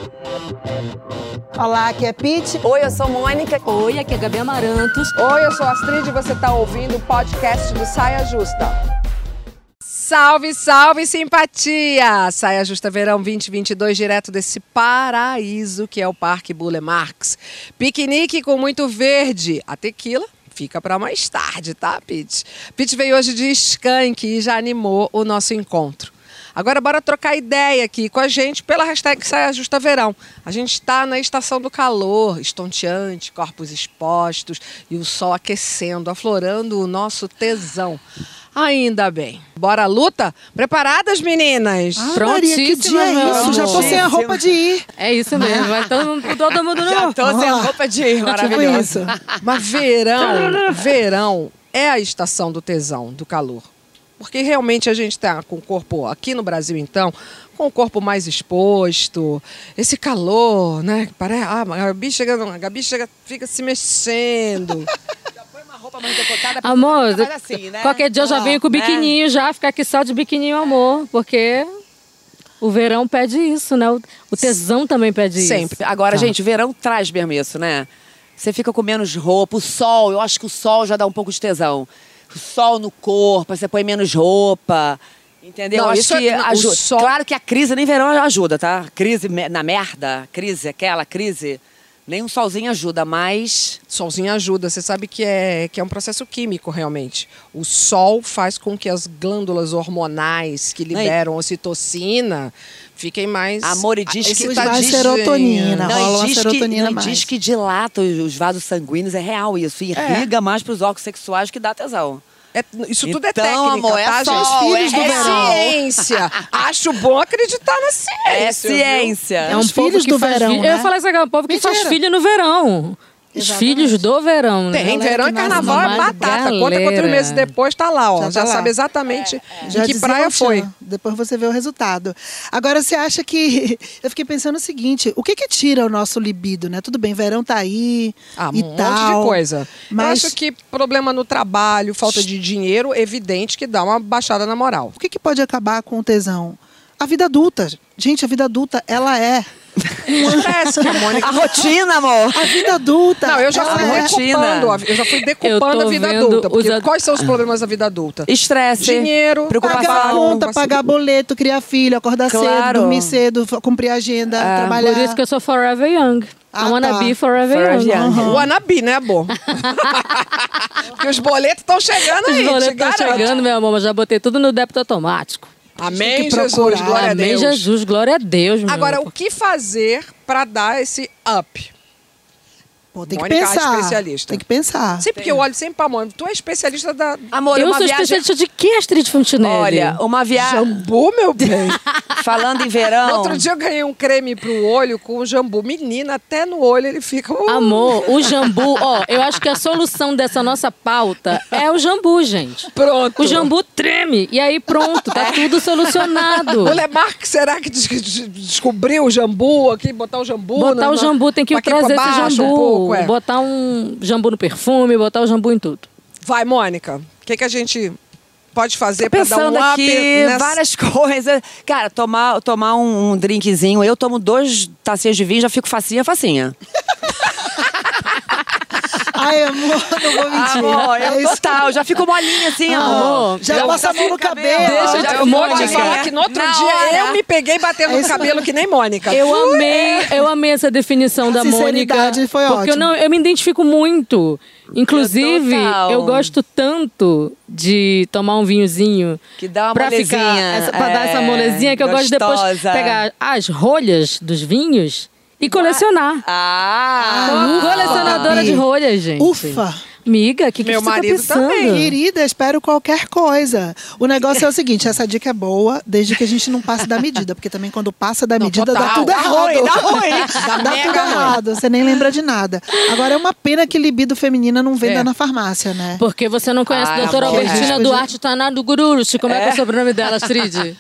Olá, aqui é Pete. Oi, eu sou Mônica. Oi, aqui é Gabi Amarantos. Oi, eu sou Astrid e você está ouvindo o podcast do Saia Justa. Salve, salve, simpatia! Saia Justa Verão 2022, direto desse paraíso que é o Parque Burle Marx. Piquenique com muito verde. A tequila fica para mais tarde, tá, Pete? Pete veio hoje de Skank e já animou o nosso encontro. Agora bora trocar ideia aqui com a gente pela hashtag Saia Justa Verão. A gente está na estação do calor, estonteante, corpos expostos e o sol aquecendo, aflorando o nosso tesão. Ainda bem. Bora à luta? Preparadas, meninas? Maria, que dia é isso? Já tô sem a roupa de ir. É isso mesmo, vai todo mundo Já tô sem a roupa de ir, maravilhoso. Tipo isso. Mas verão é a estação do tesão, do calor. Porque realmente a gente está com o corpo, aqui no Brasil então, com o corpo mais exposto, esse calor, né? Parece, a Gabi chega, fica se mexendo. Mais decotada, Amor, assim, né? qualquer dia eu já venho com o biquininho, já ficar aqui só de biquininho, amor. Porque o verão pede isso, né? O tesão também pede isso. Sempre. Agora, gente, o verão traz mesmo isso, né? Você fica com menos roupa, o sol, eu acho que o sol já dá um pouco de tesão. O sol no corpo, você põe menos roupa, entendeu? Não, eu acho isso que o ajuda. sol... Claro que a crise nem verão ajuda, tá? Crise na merda, aquela crise, nem um solzinho ajuda, mas... Solzinho ajuda, você sabe que é um processo químico realmente. O sol faz com que as glândulas hormonais que liberam ocitocina fiquem mais... Amor, e diz que... mais serotonina, Não, rola uma e serotonina diz mais. diz que dilata os vasos sanguíneos, é real isso. Irriga mais pros órgãos sexuais que dá tesão. Isso tudo é Então, técnica, amor, é tá, sol, gente? filhos do verão. Ciência. Acho bom acreditar na ciência. É ciência. É um Os povo filhos que do faz verão, filho. né? Eu ia falar isso aqui, é um povo que faz Mentira. filho no verão. Os Exatamente. filhos do verão, né? Tem, Galera verão que e nasce carnaval é mais batata. Conta galera. quantos meses depois tá lá, ó. Já Já, tá lá. sabe exatamente Já em que dizia praia o Tchan. foi. Depois você vê o resultado. Agora, você acha que... Eu fiquei pensando o seguinte, o que tira o nosso libido, né? Tudo bem, verão tá aí Um e monte tal. de coisa. Mas Eu acho que problema no trabalho, falta de dinheiro, evidente que dá uma baixada na moral. o que pode acabar com o tesão? A vida adulta. Gente, a vida adulta, ela é... Estresse, que a Mônica... A rotina, amor. A vida adulta. Não, eu já fui ela é... decupando, eu já fui decupando tô a vida vendo adulta. Porque os quais são os problemas da vida adulta? Estresse. Dinheiro, Preocupação. Pagar a conta, Assim. pagar boleto, criar filho, acordar cedo, Claro. dormir cedo, cumprir a agenda, trabalhar. Por isso que eu sou forever young. Ah, I wanna tá. be forever Forever young. young. O Anabi, né, amor? Porque os boletos estão chegando aí, Os boletos te estão garanto. chegando, meu amor, mas já botei tudo no débito automático. Amém, Tem que Jesus, procurar. glória a Amém, Deus. Jesus, glória a Deus, meu Agora, amor. o que fazer para dar esse up? Pô, tem que Mônica, a pensar. especialista. Tem que pensar. Sempre porque eu olho sempre pra Mônica. Tu é especialista da Amor, Eu uma sou viagem... especialista de que, Astrid Fontenelle? Olha, uma viagem... jambu, meu bem. Falando em verão... Outro dia eu ganhei um creme pro olho com o jambu. Menina, até no olho ele fica... Amor, o jambu, ó, eu acho que a solução dessa nossa pauta é o jambu, gente. Pronto. O jambu treme e aí pronto, tá tudo solucionado. O Lemarque, será que descobriu o jambu aqui? Botar o jambu? Botar o jambu, tem que aqui pra trazer esse baixo jambu, um pouco, é. botar um jambu no perfume, botar o jambu em tudo. Vai, Mônica. O que a gente pode fazer para dar Pensando um up aqui, nessa... várias coisas. Cara, tomar um drinkzinho. Eu tomo 2 tacinhas de vinho, já fico facinha. Ai, amor, não vou mentir. Amor, É eu isso. total. Já fico molinha assim, amor. Já passa a mão no cabelo. Deixa Eu vou te Mônica. falar que no outro Na dia hora. eu me peguei batendo no cabelo que nem Mônica. Eu amei essa definição da Mônica. Sinceridade foi porque ótimo. eu me identifico muito. Inclusive, Total. eu gosto tanto de tomar um vinhozinho Que dá uma pra molezinha, pra dar essa molezinha que eu gosto de depois gostosa. pegar as rolhas dos vinhos e colecionar. Sou uma colecionadora Gabi. de rolhas, gente. Ufa. Amiga, o que Meu você marido tá pensando? também. Querida, espero qualquer coisa. O negócio é o seguinte, essa dica é boa, desde que a gente não passe da medida. Porque também quando passa da medida, dá total. tudo Dá errado. ruim, dá ruim. Dá Dá mega tudo ruim. errado. Você nem lembra de nada. Agora, é uma pena que libido feminina não venda na farmácia, né? Porque você não conhece a Ai, doutora amor, Albertina é. Duarte Tanado Gururuchi. Como é que é o sobrenome dela, Astrid?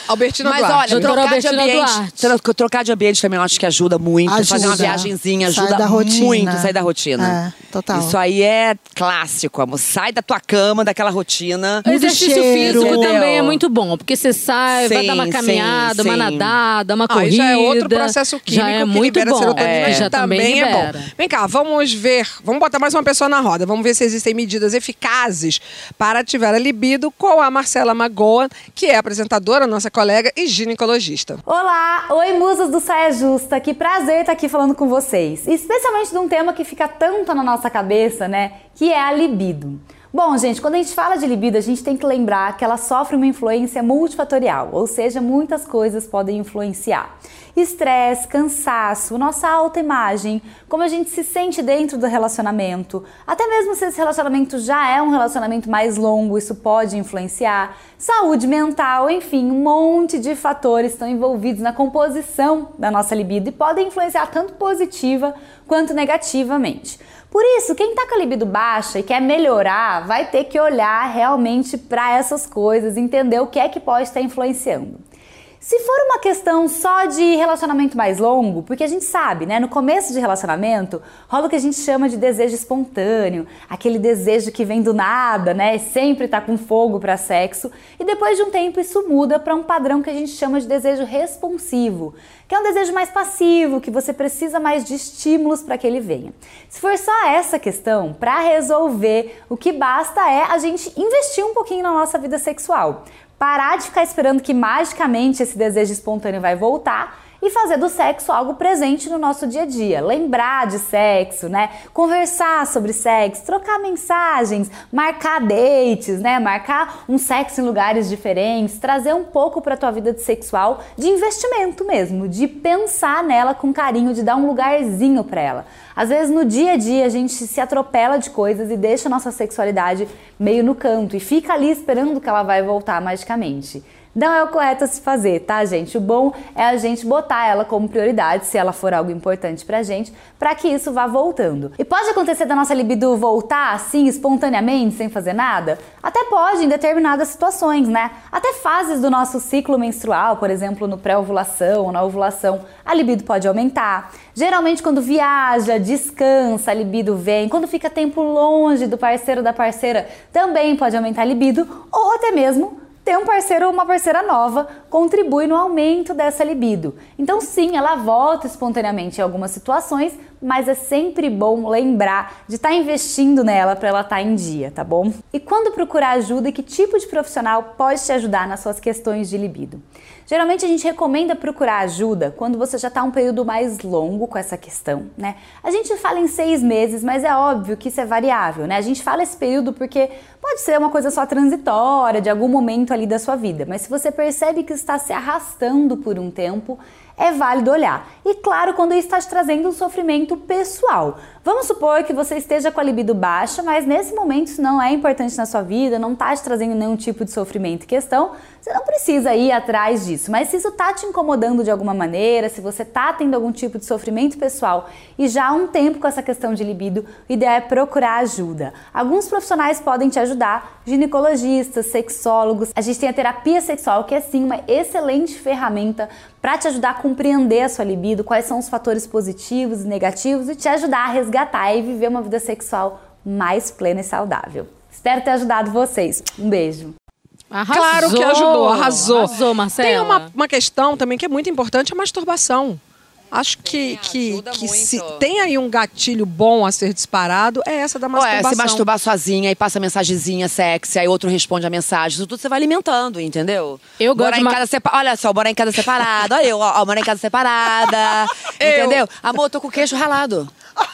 Albertina Mas Duarte. olha, Doutora trocar de Albertina ambiente, Duarte. trocar de ambiente também eu acho que ajuda muito. Fazer uma viagenzinha Sai ajuda da rotina. muito sair da rotina. Total. Isso aí é clássico, amor. Sai da tua cama, daquela rotina. O exercício cheiro. físico Entendeu? também é muito bom, porque você sai, vai Sim, dar uma sim, caminhada, uma sim. nadada, uma Aí corrida. já é outro processo químico já é que muito libera bom. serotonina, Já também é bom. libera. Vem cá, vamos botar mais uma pessoa na roda. Vamos ver se existem medidas eficazes para ativar a libido com a Marcela Magoa, que é apresentadora, nossa colega e ginecologista. Olá, oi musas do Saia Justa, que prazer estar aqui falando com vocês. Especialmente de um tema que fica tanto na nossa cabeça, né, que é a libido. Bom, gente, quando a gente fala de libido, a gente tem que lembrar que ela sofre uma influência multifatorial, ou seja, muitas coisas podem influenciar. Estresse, cansaço, nossa autoimagem, como a gente se sente dentro do relacionamento, até mesmo se esse relacionamento já é um relacionamento mais longo, isso pode influenciar, saúde mental, enfim, um monte de fatores estão envolvidos na composição da nossa libido e podem influenciar tanto positiva quanto negativamente. Por isso, quem tá com a libido baixa e quer melhorar, vai ter que olhar realmente para essas coisas, entender o que é que pode estar influenciando. Se for uma questão só de relacionamento mais longo, porque a gente sabe, né, no começo de relacionamento, rola o que a gente chama de desejo espontâneo, aquele desejo que vem do nada, né, sempre tá com fogo para sexo, e depois de um tempo isso muda para um padrão que a gente chama de desejo responsivo, que é um desejo mais passivo, que você precisa mais de estímulos para que ele venha. Se for só essa questão, para resolver, o que basta é a gente investir um pouquinho na nossa vida sexual. Parar de ficar esperando que magicamente esse desejo espontâneo vai voltar e fazer do sexo algo presente no nosso dia a dia. Lembrar de sexo, né? Conversar sobre sexo, trocar mensagens, marcar dates, né? Marcar um sexo em lugares diferentes, trazer um pouco para a tua vida sexual de investimento mesmo, de pensar nela com carinho, de dar um lugarzinho para ela. Às vezes no dia a dia a gente se atropela de coisas e deixa a nossa sexualidade meio no canto e fica ali esperando que ela vai voltar magicamente. Não é o correto a se fazer, tá, gente? O bom é a gente botar ela como prioridade, se ela for algo importante pra gente, pra que isso vá voltando. E pode acontecer da nossa libido voltar assim, espontaneamente, sem fazer nada? Até pode, em determinadas situações, né? Até fases do nosso ciclo menstrual, por exemplo, no pré-ovulação ou na ovulação, a libido pode aumentar. Geralmente, quando viaja, descansa, a libido vem. Quando fica tempo longe do parceiro ou da parceira, também pode aumentar a libido, ou até mesmo ter um parceiro ou uma parceira nova contribui no aumento dessa libido. Então sim, ela volta espontaneamente em algumas situações, mas é sempre bom lembrar de estar investindo nela para ela estar em dia, tá bom? E quando procurar ajuda, que tipo de profissional pode te ajudar nas suas questões de libido? Geralmente a gente recomenda procurar ajuda quando você já está um período mais longo com essa questão, né? A gente fala em 6 meses, mas é óbvio que isso é variável, né? A gente fala esse período porque pode ser uma coisa só transitória, de algum momento ali da sua vida, mas se você percebe que está se arrastando por um tempo, é válido olhar. E claro, quando isso está te trazendo um sofrimento pessoal. Vamos supor que você esteja com a libido baixa, mas nesse momento isso não é importante na sua vida, não está te trazendo nenhum tipo de sofrimento e questão, você não precisa ir atrás disso. Mas se isso está te incomodando de alguma maneira, se você está tendo algum tipo de sofrimento pessoal e já há um tempo com essa questão de libido, o ideal é procurar ajuda. Alguns profissionais podem te ajudar, ginecologistas, sexólogos. A gente tem a terapia sexual, que é sim uma excelente ferramenta para te ajudar a compreender a sua libido, quais são os fatores positivos e negativos e te ajudar a resgatar e viver uma vida sexual mais plena e saudável. Espero ter ajudado vocês. Um beijo. Arrasou. Claro que ajudou, arrasou. Arrasou, Marcela. Tem uma questão também que é muito importante, a masturbação. Acho que ajuda se muito. tem aí um gatilho bom a ser disparado, é essa da masturbação. Se masturbar sozinha e passa mensagenzinha sexy, aí outro responde a mensagem, isso tudo você vai alimentando, entendeu? Eu gosto morar em casa Olha só, morar em casa separada. Olha eu, morar em casa separada. Entendeu? Amor, tô com o queixo ralado.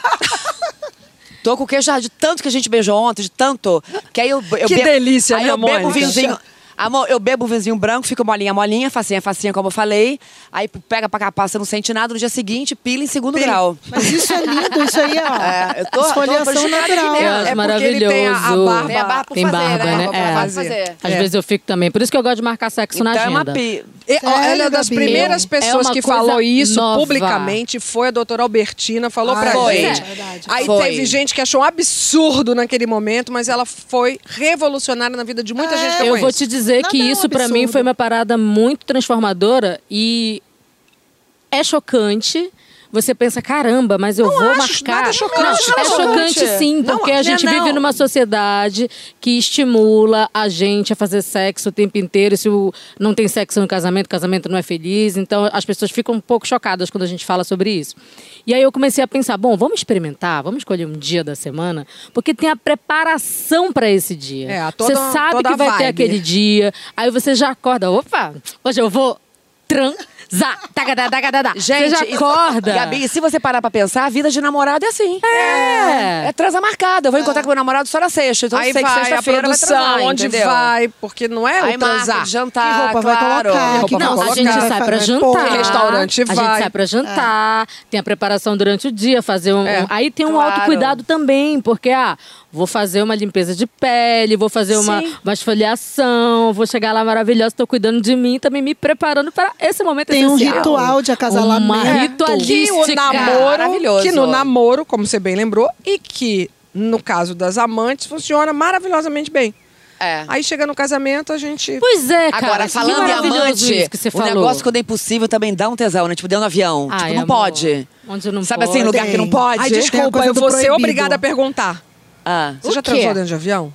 Tô com o queixo ralado de tanto que a gente beijou ontem, de tanto. Que aí eu Que delícia, aí minha eu bebo Mônica. vinhozinho. Amor, eu bebo vinhozinho branco, fico molinha, facinha, como eu falei. Aí pega pra cá, você não sente nada. No dia seguinte, pila em segundo grau. Mas isso é lindo, isso aí, ó. Eu tô Esfoliação justificada natural. aqui mesmo. Eu acho É porque maravilhoso. ele tem a barba. Tem a barba por Tem fazer, barba, né? Tem a barba É. por fazer. Às vezes eu fico também. Por isso que eu gosto de marcar sexo na Então é uma agenda. Ela é das Gabi? primeiras É pessoas uma que coisa falou isso nova. publicamente, foi a doutora Albertina, falou pra foi. gente. É verdade. Aí Foi. teve gente que achou um absurdo naquele momento, mas ela foi revolucionária na vida de muita gente que eu Eu vou conheço. te dizer dizer Nada que é um isso pra mim absurdo. foi uma parada muito transformadora e é chocante. Você pensa, caramba, mas eu vou acho marcar. nada chocante, Não, não. é chocante sim, Não, porque a gente não. vive numa sociedade que estimula a gente a fazer sexo o tempo inteiro. E se não tem sexo no casamento, o casamento não é feliz. Então as pessoas ficam um pouco chocadas quando a gente fala sobre isso. E aí eu comecei a pensar, bom, vamos experimentar, vamos escolher um dia da semana, porque tem a preparação para esse dia. toda- Você sabe toda que a vai ter vibe. aquele dia, aí você já acorda, opa, hoje eu vou transar. Tagadadadadá. Gente, você já acorda. Gabi, se você parar pra pensar, a vida de namorado é assim. É transa marcada. Eu vou encontrar com meu namorado só na sexta. Então Aí eu sei que vai a sexta-feira vai produção, transar, onde entendeu? vai, porque não é Aí o marca transar. de jantar, Que roupa vai claro. colocar, Que roupa que vai Não, colocar. a gente sai pra jantar. Que restaurante A vai. gente sai pra jantar, tem a preparação durante o dia, fazer aí tem um claro. autocuidado também, porque, vou fazer uma limpeza de pele, vou fazer uma esfoliação, vou chegar lá maravilhosa, tô cuidando de mim, também me preparando para esse momento Tem um essencial. ritual de acasalamento. Uma Que o ritualística. namoro, que no Maravilhoso. namoro, como você bem lembrou, e que no caso das amantes funciona maravilhosamente bem. É. Aí chega no casamento, a gente... Pois é, cara. Agora, que falando em maravilhoso amante, isso que você o falou. negócio quando é impossível também dá um tesão, né? Tipo, deu no avião. Ai, tipo, não amor, pode. Onde não Sabe pode. assim, lugar que não Tem. pode? Ai, Tem a desculpa, coisa eu do vou ser proibido. obrigada a perguntar. Ah, Você já O quê? transou dentro de avião?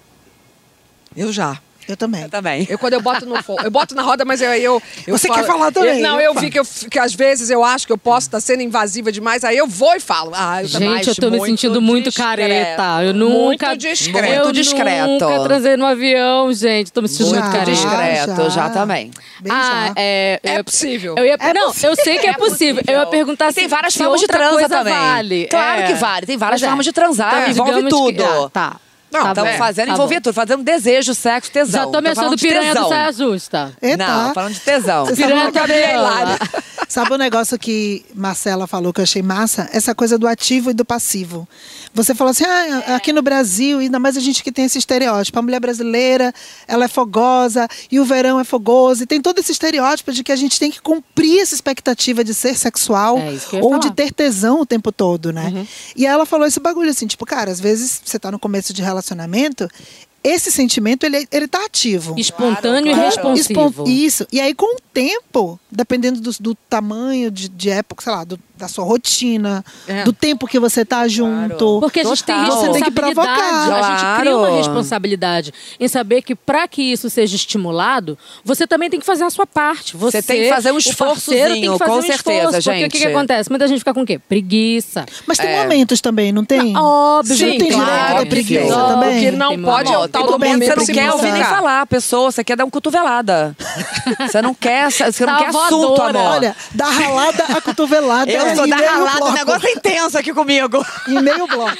Eu já. Eu também. eu também. Quando eu boto eu boto na roda, mas eu Você quer falar também? Eu vi que às vezes eu acho que eu posso estar sendo invasiva demais, aí eu vou e falo. Eu Gente, eu tô me sentindo muito careta. Eu nunca. Muito discreto. Eu Muito discreto. nunca transei no avião, gente. Tô me sentindo Já, muito careta. Discreto, já também. Bem já. É possível. Não, eu sei que é possível. Eu ia perguntar E tem se várias se formas de outra transa coisa também. vale. Claro que vale. Tem várias Pois é. formas de transar. Envolve digamos tudo. que- tá. Não, Tá Estamos bom, fazendo, tá envolver bom. tudo. Fazendo desejo, sexo, tesão. Já tô me achando falando de piranha do tesão. Saia Justa. Eita. Não, falando de tesão. Você sabe Piranha uma do coisa- cabelo. Sabe um negócio que Marcela falou que eu achei massa? Essa coisa do ativo e do passivo. Você falou assim, aqui no Brasil, ainda mais a gente que tem esse estereótipo. A mulher brasileira, ela é fogosa e o verão é fogoso. E tem todo esse estereótipo de que a gente tem que cumprir essa expectativa de ser sexual É isso que eu ia ou falar. de ter tesão o tempo todo, né? E aí ela falou esse bagulho assim, tipo, cara, às vezes você tá no começo de relacionamento, esse sentimento, ele tá ativo. Espontâneo Claro, e responsivo. Isso. E aí, com o tempo, dependendo do tamanho de época, sei lá, da sua rotina, do tempo que você tá junto. Porque a gente tem Total. Você tem que responsabilidade. provocar. A gente cria uma Claro. responsabilidade em saber que para que isso seja estimulado, você também tem que fazer a sua parte. Você tem que fazer um o parceiro tem que esforçozinho, fazer com um certeza, esforço, Porque o que gente. acontece? Muita gente fica com o quê? Preguiça. Mas tem momentos também, não tem? Óbvio. Você não tem claro, direito a ter óbvio. preguiça Óbvio. também? O que não Tem pode é o momento. tal Tem do momento que momento você não se quer ouvir nem ficar. falar a pessoa, você quer dar uma cotovelada. Você não quer, você não Tá quer assunto, voadora. amor. Olha, da ralada a cotovelada. Eu sou em da meio ralada, o bloco. negócio é intenso aqui comigo. Em meio bloco.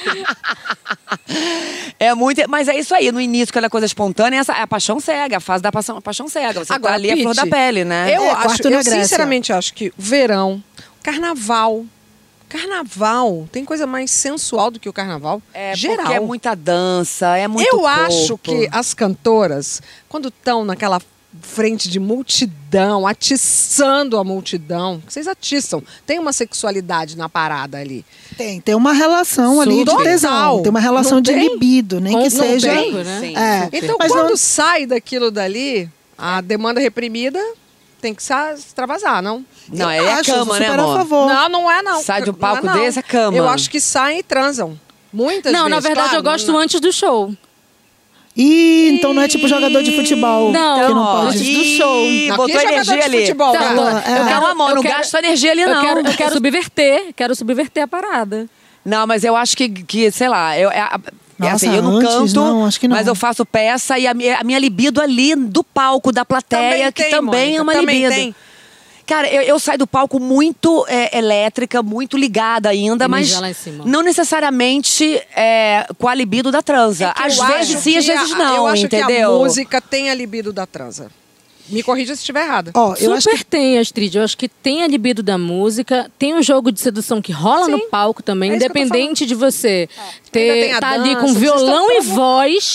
É muito, mas é isso aí, no início, quando é coisa espontânea, essa é a paixão cega, a fase da paixão cega. Você Agora, tá ali a flor da Pete, pele, né? Eu quarto na Grécia. sinceramente acho que o verão, carnaval, tem coisa mais sensual do que o carnaval? É, geral. porque é muita dança, é muito Eu corpo. acho que as cantoras, quando estão naquela frente de multidão, atiçando a multidão, vocês atiçam, tem uma sexualidade na parada ali. Tem uma relação ali de Total. tesão. Tem uma relação Não de tem? libido, nem Com que o seja. tempo, né? Sim. É. Então, Mas quando não- sai daquilo dali, a demanda reprimida tem que extravasar, não? Não, eu é a acho, eu sou cama, né, super a amor? favor. Não é não. Sai de um palco Não é não. desse, é cama. Eu acho que saem e transam. Muitas Não, vezes. na verdade claro, eu gosto não- antes do show. Ih, então não é tipo jogador de futebol. Não, que não ó, pode. antes do show. Não, botou que jogador energia de ali. futebol, Tá, cara? É. Não, amor, eu não quero- gasta energia ali, não. Eu quero subverter a parada. Não, mas eu acho que sei lá, Nossa, assim, eu não antes, canto, não, acho que não. mas eu faço peça e a minha libido ali do palco, da plateia, que também Mônica, é uma também libido. tem. Cara, eu saio do palco muito elétrica, muito ligada ainda, mas Energia lá em cima. não necessariamente com a libido da transa. É que Às eu vezes acho sim, às que vezes a- não, Eu acho entendeu? que a música tem a libido da transa. Me corrija se estiver errada. Ó, eu acho Super que tem, Astrid. Eu acho que tem a libido da música, tem um jogo de sedução que rola Sim. no palco também, É isso que eu tô independente de você Ainda tem a tá ali dança, com vocês violão estão e voz.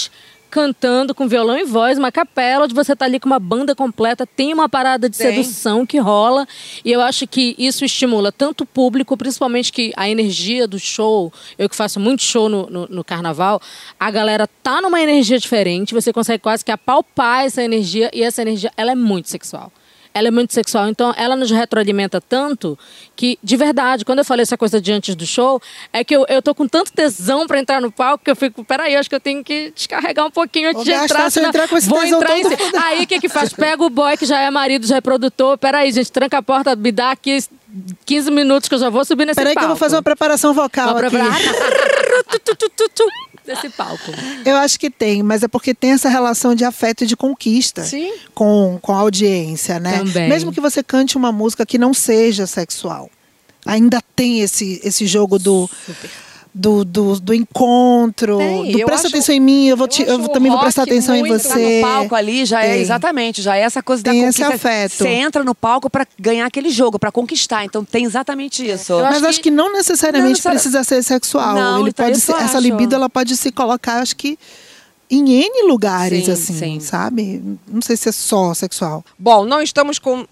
cantando com violão e voz, uma capela, onde você tá ali com uma banda completa, tem uma parada de sedução que rola, e eu acho que isso estimula tanto o público, principalmente que a energia do show, eu que faço muito show no carnaval, a galera tá numa energia diferente, você consegue quase que apalpar essa energia, e essa energia, ela é muito sexual. Ela é muito sexual, então ela nos retroalimenta tanto que, de verdade, quando eu falei essa coisa de antes do show, é que eu tô com tanto tesão pra entrar no palco que eu fico, peraí, acho que eu tenho que descarregar um pouquinho antes de entrar. Se eu entrar com esse tesão todo fudeu. Aí o que faz? Pega o boy que já é marido, já é produtor, peraí, gente, tranca a porta, me dá aqui 15 minutos que eu já vou subir nesse palco. Peraí que eu vou fazer uma preparação vocal aqui. Desse palco. Eu acho que tem, mas é porque tem essa relação de afeto e de conquista com a audiência, né? Também. Mesmo que você cante uma música que não seja sexual, ainda tem esse jogo do encontro, do presta atenção em mim, eu também vou prestar atenção em você. No palco ali já é exatamente, já é essa coisa da tem conquista. Esse afeto. Você entra no palco pra ganhar aquele jogo, pra conquistar, então tem exatamente isso. Mas acho que não necessariamente precisa ser sexual. Não, ele então pode ser, essa libido ela pode se colocar, acho que em N lugares, Sim, assim, sim. sabe? Não sei se é só sexual. Bom, não estamos com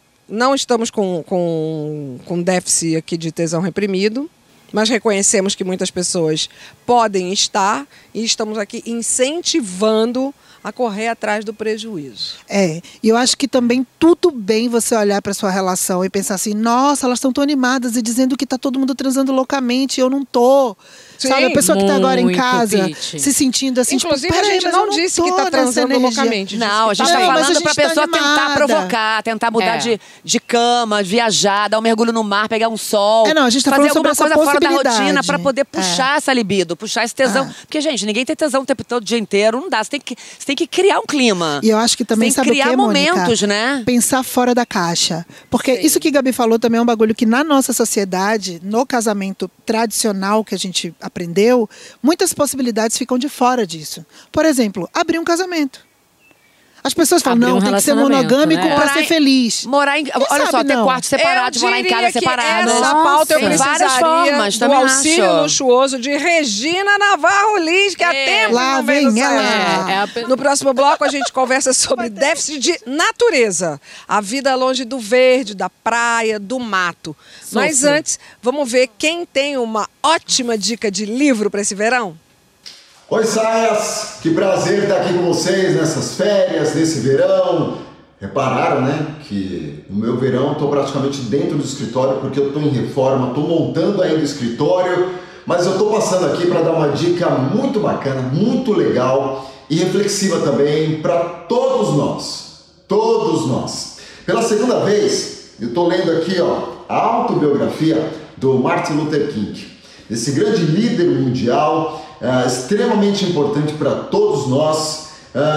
déficit aqui de tesão reprimido, mas reconhecemos que muitas pessoas podem estar e estamos aqui incentivando a correr atrás do prejuízo. E eu acho que também tudo bem você olhar para sua relação e pensar assim, nossa, elas estão tão animadas e dizendo que tá todo mundo transando loucamente, eu não tô. Sim, sabe, a pessoa que tá agora em muito, casa Pete. se sentindo assim, inclusive, tipo, a gente não disse que tá transando loucamente. Não, a gente Não, tá mas a falando gente pra tá pessoa animada. tentar provocar, tentar mudar de cama, viajar, dar um mergulho no mar, pegar um sol. Não, a gente tá fazer falando sobre alguma essa coisa fora da possibilidade. rotina pra poder puxar essa libido, puxar esse tesão. Porque, gente, ninguém tem tesão o tempo todo, o dia inteiro, não dá. Você tem que criar um clima. E eu acho que também, Você tem sabe que criar o quê, Mônica? momentos, né? Pensar fora da caixa. Porque isso que Gabi falou também é um bagulho que na nossa sociedade, no casamento tradicional que a gente aprendeu, muitas possibilidades ficam de fora disso. Por exemplo, abrir um casamento. As pessoas falam, Abrir não, um tem que ser relacionamento, monogâmico né? pra ser feliz. Olha só, ter quartos separados, morar em casa separado. Essa pauta eu Tem precisaria várias formas, do também auxílio acho. luxuoso de Regina Navarro Lins, que há tempo Lá não vem no vem ela. Saia. No próximo bloco a gente conversa sobre déficit de natureza. A vida longe do verde, da praia, do mato. Mas antes, vamos ver quem tem uma ótima dica de livro para esse verão? Oi, Saias! Que prazer estar aqui com vocês nessas férias, nesse verão. Repararam, né, que no meu verão estou praticamente dentro do escritório porque eu estou em reforma, estou montando ainda o escritório, mas eu estou passando aqui para dar uma dica muito bacana, muito legal e reflexiva também para todos nós. Todos nós. Pela segunda vez, eu estou lendo aqui a autobiografia do Martin Luther King, esse grande líder mundial, extremamente importante para todos nós.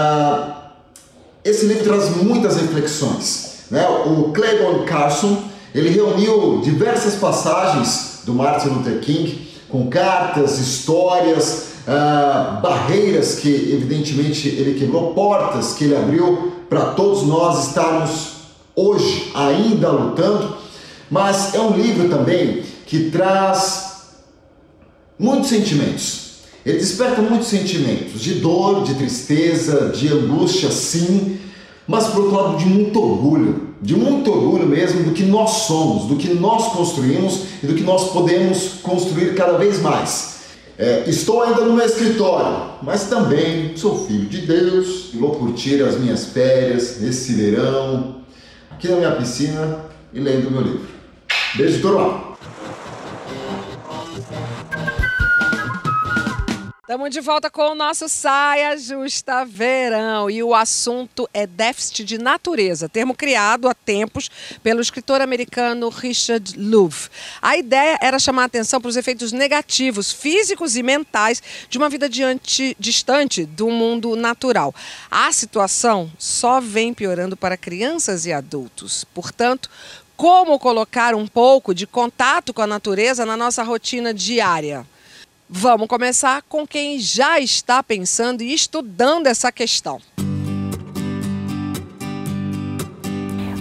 Esse livro traz muitas reflexões, né? O Clayton Carson, ele reuniu diversas passagens do Martin Luther King com cartas, histórias, barreiras que evidentemente ele quebrou, portas que ele abriu para todos nós estarmos hoje ainda lutando. Mas é um livro também que traz muitos sentimentos. Ele desperta muitos sentimentos de dor, de tristeza, de angústia, sim, mas por outro lado de muito orgulho mesmo do que nós somos, do que nós construímos e do que nós podemos construir cada vez mais. Estou ainda no meu escritório, mas também sou filho de Deus e vou curtir as minhas férias nesse verão, aqui na minha piscina e lendo o meu livro. Beijo, turma! Estamos de volta com o nosso Saia Justa Verão e o assunto é déficit de natureza, termo criado há tempos pelo escritor americano Richard Louv. A ideia era chamar a atenção para os efeitos negativos, físicos e mentais de uma vida distante do mundo natural. A situação só vem piorando para crianças e adultos. Portanto, como colocar um pouco de contato com a natureza na nossa rotina diária? Vamos começar com quem já está pensando e estudando essa questão.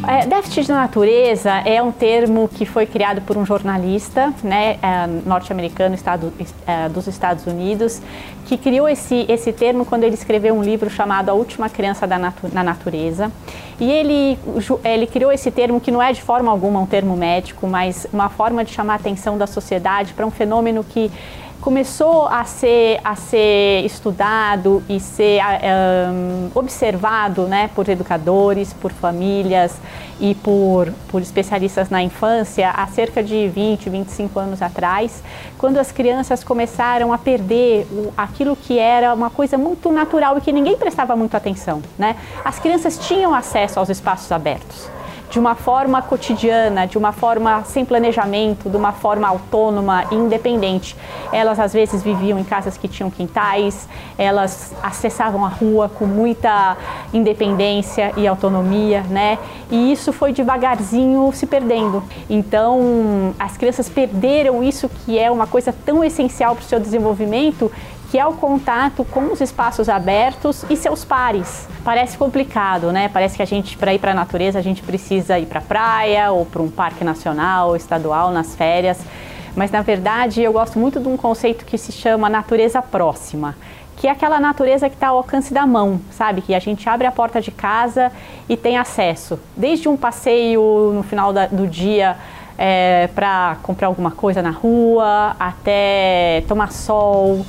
Déficit da natureza é um termo que foi criado por um jornalista, né, norte-americano dos Estados Unidos, que criou esse termo quando ele escreveu um livro chamado A Última Criança na Natureza. E ele criou esse termo que não é de forma alguma um termo médico, mas uma forma de chamar a atenção da sociedade para um fenômeno que começou a ser estudado e ser observado, né, por educadores, por famílias e por especialistas na infância há cerca de 20, 25 anos atrás, quando as crianças começaram a perder aquilo que era uma coisa muito natural e que ninguém prestava muito atenção, né? As crianças tinham acesso aos espaços abertos de uma forma cotidiana, de uma forma sem planejamento, de uma forma autônoma e independente. Elas às vezes viviam em casas que tinham quintais, elas acessavam a rua com muita independência e autonomia, né? E isso foi devagarzinho se perdendo. Então, as crianças perderam isso que é uma coisa tão essencial para o seu desenvolvimento, que é o contato com os espaços abertos e seus pares. Parece complicado, né? Parece que a gente, para ir para a natureza, a gente precisa ir para a praia ou para um parque nacional, estadual, nas férias. Mas, na verdade, eu gosto muito de um conceito que se chama natureza próxima, que é aquela natureza que está ao alcance da mão, sabe? Que a gente abre a porta de casa e tem acesso. Desde um passeio no final do dia, para comprar alguma coisa na rua, até tomar sol,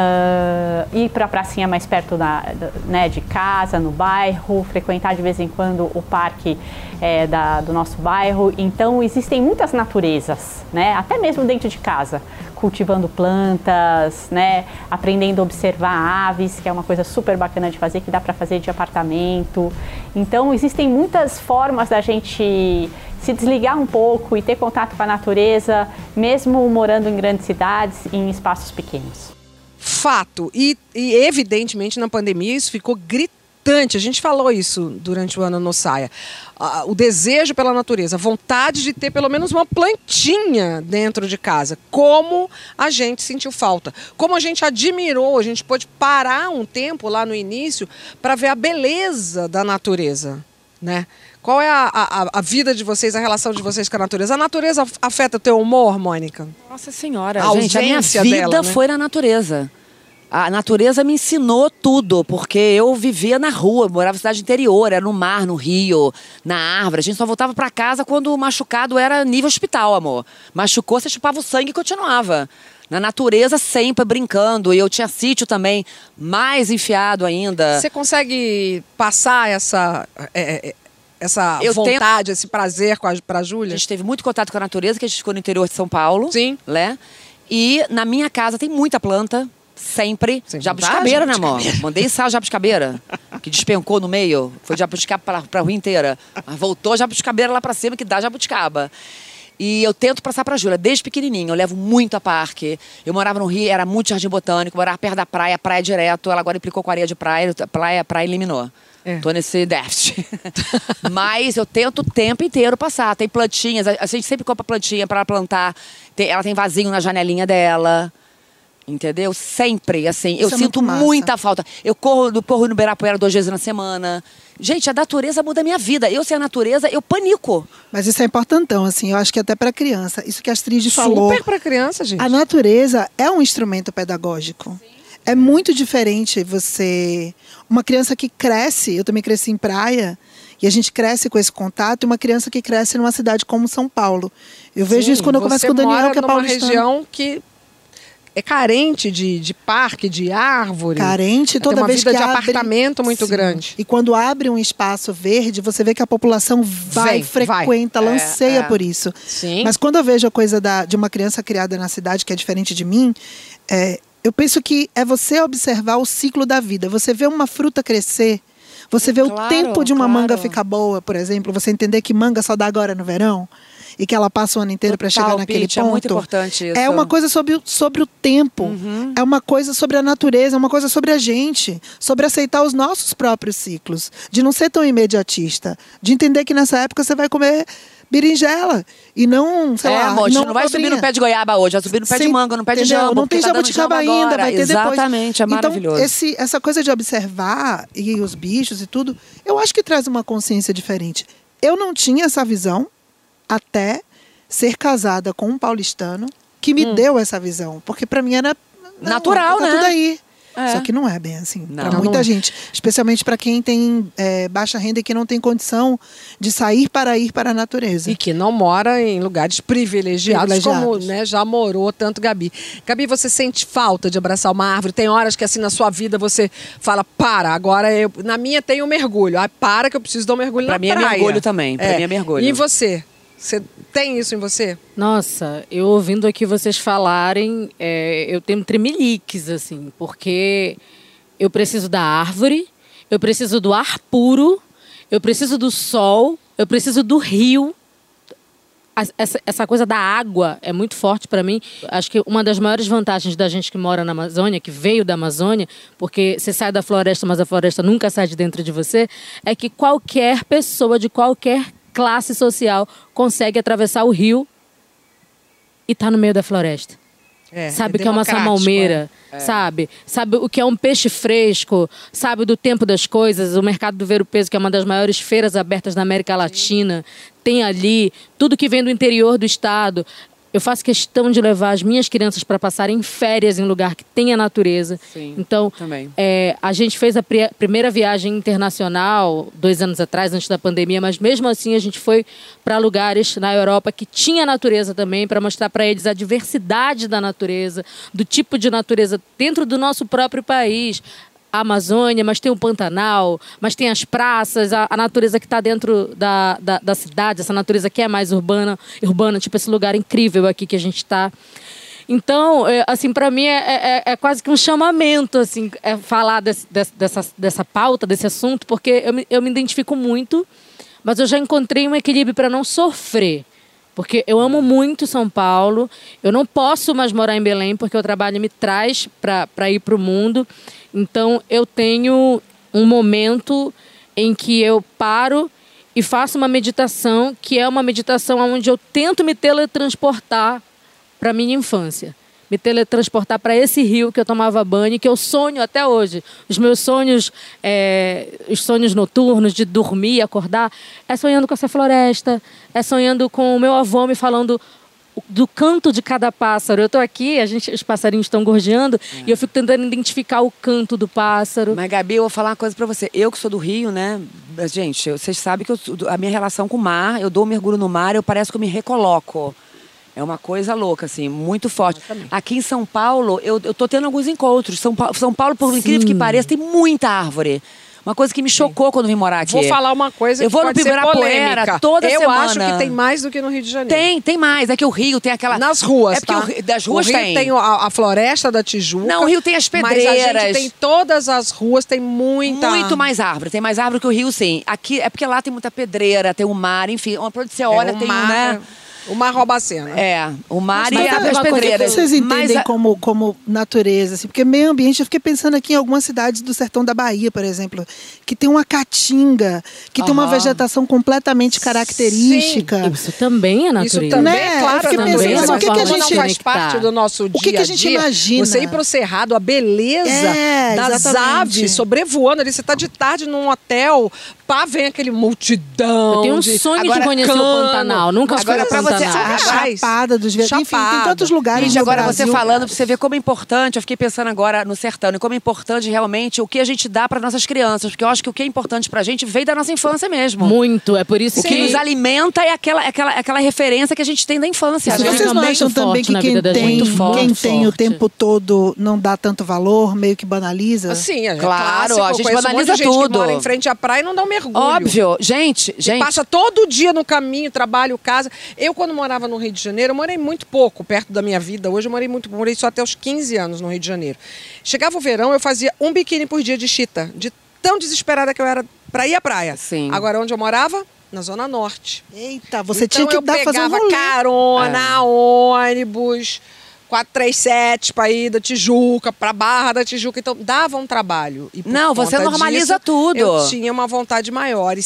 ir para a pracinha mais perto né, de casa, no bairro, frequentar de vez em quando o parque do nosso bairro. Então existem muitas naturezas, né, até mesmo dentro de casa, cultivando plantas, né, aprendendo a observar aves, que é uma coisa super bacana de fazer, que dá para fazer de apartamento. Então existem muitas formas da gente se desligar um pouco e ter contato com a natureza, mesmo morando em grandes cidades e em espaços pequenos. Fato. E evidentemente na pandemia isso ficou gritante. A gente falou isso durante o ano no Saia. O desejo pela natureza, a vontade de ter pelo menos uma plantinha dentro de casa. Como a gente sentiu falta. Como a gente admirou, a gente pôde parar um tempo lá no início para ver a beleza da natureza, né? Qual é a vida de vocês, a relação de vocês com a natureza? A natureza afeta o teu humor, Mônica? Nossa Senhora, a gente, a minha vida dela, né? foi na natureza. A natureza me ensinou tudo, porque eu vivia na rua, morava em cidade interior, era no mar, no rio, na árvore. A gente só voltava para casa quando o machucado era nível hospital, amor. Machucou, você chupava o sangue e continuava. Na natureza, sempre brincando. E eu tinha sítio também, mais enfiado ainda. Você consegue passar essa vontade, esse prazer para a Júlia? A gente teve muito contato com a natureza, que a gente ficou no interior de São Paulo. Sim. Né? E na minha casa tem muita planta, sempre. Jabuticabeira, né, amor? Mandei ensaiar jabuticabeira, que despencou no meio. Foi jabuticaba para a rua inteira. Mas voltou jabuticabeira lá para cima, que dá jabuticaba. E eu tento passar pra Júlia, desde pequenininho. Eu levo muito a parque. Eu morava no Rio, era muito jardim botânico, morava perto da praia, praia direto. Ela agora implicou com areia de praia, praia eliminou. Tô nesse déficit. Mas eu tento o tempo inteiro passar. Tem plantinhas, a gente sempre compra plantinha para plantar. Ela tem vasinho na janelinha dela. Entendeu? Sempre, assim. Isso eu é sinto muito massa. muita falta. Eu corro no Ibirapuera 2 vezes na semana. Gente, a natureza muda a minha vida. Eu sem a natureza, eu panico. Mas isso é importantão, assim, eu acho que até para criança. Isso que a Astrid falou. Super para criança, gente. A natureza é um instrumento pedagógico. Sim. É muito diferente você... Uma criança que cresce, eu também cresci em praia, e a gente cresce com esse contato, e uma criança que cresce numa cidade como São Paulo. Eu vejo isso quando eu converso com o Daniel, que é paulistano. Uma região que é carente de parque, de árvore. Carente toda vez que abre... Tem uma vida de apartamento muito grande. E quando abre um espaço verde, você vê que a população frequenta, lanceia por isso. Sim. Mas quando eu vejo a coisa de uma criança criada na cidade, que é diferente de mim, eu penso que é você observar o ciclo da vida. Você vê uma fruta crescer, você vê o tempo de uma manga ficar boa, por exemplo. Você entender que manga só dá agora no verão. E que ela passa o ano inteiro para chegar naquele ponto. É muito importante isso. É uma coisa sobre o tempo. Uhum. É uma coisa sobre a natureza, é uma coisa sobre a gente. Sobre aceitar os nossos próprios ciclos. De não ser tão imediatista. De entender que nessa época você vai comer berinjela. E não, sei lá, amor, não vai subir no pé de goiaba hoje. Vai subir no pé de manga, no pé de jambo. Não tem jabuticaba ainda, vai ter depois. Exatamente, é maravilhoso. Então, essa coisa de observar e os bichos e tudo, eu acho que traz uma consciência diferente. Eu não tinha essa visão até ser casada com um paulistano que me deu essa visão. Porque pra mim era... Natural, tá né? tudo aí. É. Só que não é bem assim. Não. Pra Não, muita não é. gente. Especialmente pra quem tem baixa renda e que não tem condição de sair para ir para a natureza. E que não mora em lugares privilegiados, como Privilegiados. já morou tanto Gabi. Gabi, você sente falta de abraçar uma árvore? Tem horas que assim na sua vida você fala, para, agora na minha tem um mergulho. Ah, para que eu preciso dar um mergulho Pra na mim é praia. mergulho também, pra mim é mergulho. E você? Você tem isso em você? Nossa, eu ouvindo aqui vocês falarem, eu tenho tremeliques, assim, porque eu preciso da árvore, eu preciso do ar puro, eu preciso do sol, eu preciso do rio. Essa coisa da água é muito forte para mim. Acho que uma das maiores vantagens da gente que mora na Amazônia, que veio da Amazônia, porque você sai da floresta, mas a floresta nunca sai de dentro de você, é que qualquer pessoa de qualquer classe social consegue atravessar o rio e tá no meio da floresta. Sabe o que é uma salmalmeira, sabe? Sabe o que é um peixe fresco, sabe do tempo das coisas, o mercado do Ver-o-Peso, que é uma das maiores feiras abertas da América Latina, tem ali tudo que vem do interior do estado. Eu faço questão de levar as minhas crianças para passarem férias em lugar que tenha natureza. Sim, então, também. A gente fez a primeira viagem internacional 2 anos atrás, antes da pandemia, mas mesmo assim a gente foi para lugares na Europa que tinha natureza também, para mostrar para eles a diversidade da natureza, do tipo de natureza dentro do nosso próprio país. A Amazônia, mas tem o Pantanal, mas tem as praças, a natureza que está dentro da cidade, essa natureza que é mais urbana, tipo esse lugar incrível aqui que a gente está. Então, assim, para mim é quase que um chamamento, assim, falar dessa pauta, desse assunto, porque eu me identifico muito, mas eu já encontrei um equilíbrio para não sofrer. Porque eu amo muito São Paulo, eu não posso mais morar em Belém, porque o trabalho me traz para ir para o mundo. Então, eu tenho um momento em que eu paro e faço uma meditação, que é uma meditação onde eu tento me teletransportar para a minha infância. Me teletransportar para esse rio que eu tomava banho, que eu sonho até hoje. Os meus sonhos, os sonhos noturnos de dormir, acordar, é sonhando com essa floresta, é sonhando com o meu avô me falando do canto de cada pássaro. Eu estou aqui, os passarinhos estão gorjeando, e eu fico tentando identificar o canto do pássaro. Mas, Gabi, eu vou falar uma coisa pra você. Eu que sou do Rio, né? Gente, vocês sabem que a minha relação com o mar, eu dou um mergulho no mar, eu parece que eu me recoloco. É uma coisa louca, assim, muito forte. Aqui em São Paulo, eu tô tendo alguns encontros. São Paulo, por incrível que pareça, tem muita árvore. Uma coisa que me chocou quando vim morar aqui. Vou falar uma coisa eu que vou pode no ser Ibirapuera polêmica. toda semana. Eu acho que tem mais do que no Rio de Janeiro. Tem mais. É que o Rio tem aquela... Nas ruas, é porque das ruas o Rio tem a Floresta da Tijuca. Não, o Rio tem as pedreiras. Mas a gente tem todas as ruas, tem muita... Muito mais árvore. Tem mais árvore que o Rio, sim. Aqui é porque lá tem muita pedreira, tem o mar, enfim. Onde você olha, tem mar, né? O mar rouba a cena. O mar Mas e as pedreiras. Vocês entendem como natureza, assim? Porque meio ambiente, eu fiquei pensando aqui em algumas cidades do sertão da Bahia, por exemplo, que tem uma caatinga, que tem uma vegetação completamente característica. Isso também é natureza. Isso também, Né? claro, Eu fiquei natureza. pensando, Mas o que a como gente não faz parte do nosso dia O que a gente imagina? Você ir pro Cerrado, a beleza das exatamente. aves sobrevoando ali. Você tá de tarde num hotel, pá, vem aquele multidão. Eu tenho um sonho de conhecer o Pantanal. Nunca fui ao pra você- Pantanal. Chapada dos Veadeiros. Enfim, tem Chapada. tantos lugares Gente, no agora Brasil. você falando, pra você ver como é importante, eu fiquei pensando agora no sertão, e como é importante realmente o que a gente dá para nossas crianças, porque eu acho que o que é importante pra gente veio da nossa infância mesmo. Muito, é por isso O que nos alimenta é aquela referência que a gente tem da infância. Isso né? Vocês não muito acham também forte que na quem vida da tem, gente. Muito quem forte. tem o tempo todo não dá tanto valor, meio que banaliza? Assim, Claro, clássico. a gente Eu conheço banaliza um monte de gente tudo. que mora em frente à praia e não dá um mergulho. Óbvio. Gente. Passa todo dia no caminho, trabalho, casa. Eu, quando morava no Rio de Janeiro, eu morei muito pouco perto da minha vida. Hoje eu morei só até os 15 anos no Rio de Janeiro. Chegava o verão, eu fazia um biquíni por dia de chita, de tão desesperada que eu era pra ir à praia. Sim. Agora, onde eu morava? Na Zona Norte. Eita, você Então, tinha que fazer um rolê. carona, ônibus, 437 para ir da Tijuca, para Barra da Tijuca. Então, dava um trabalho. E por Não, você conta normaliza disso, tudo. Eu tinha uma vontade maior. E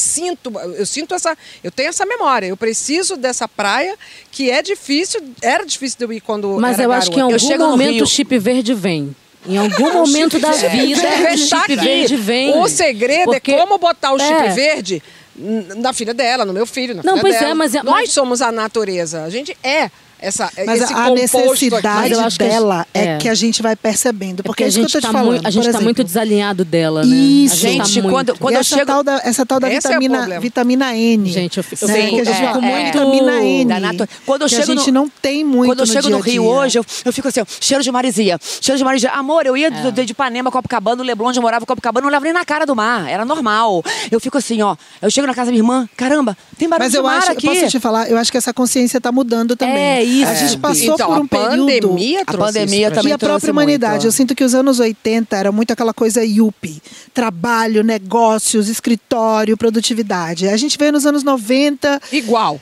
eu tenho essa memória. Eu preciso dessa praia, que é difícil, era difícil de eu ir quando Mas era eu acho que em garota. Eu chego algum no momento Rio. o chip verde vem. Em algum momento da vida, o Tá chip aqui. verde vem. O segredo Porque- é como botar o chip É. verde na filha dela, no meu filho, na Não, filha pois dela. é, mas Nós somos a natureza. A gente é mas esse a composto necessidade aqui. dela é que a gente vai percebendo. Porque é isso que eu tô te falando. A gente está muito desalinhado dela, né? Isso. Gente, quando eu essa chego... essa tal da Esse é o problema. vitamina N. Gente, eu fico né? Que a gente fica com muito vitamina N. Quando eu que chego a gente não tem muito Quando eu chego no dia a Rio dia. hoje, eu fico assim, ó, cheiro de maresia. Amor, eu ia de Ipanema, Copacabana, o Leblon, onde eu morava, Copacabana, não levava nem na cara do mar. Era normal. Eu fico assim, ó. Eu chego na casa da minha irmã, caramba, tem barulho Mas de eu mar acho, aqui. posso te falar, eu acho que essa consciência está mudando também. É isso. A gente passou Então, por um a pandemia período. trouxe pandemia isso pra também E a trouxe própria humanidade. muito. Eu sinto que os anos 80 era muito aquela coisa yuppie. Trabalho, negócios, escritório, produtividade. A gente veio nos anos 90. Igual.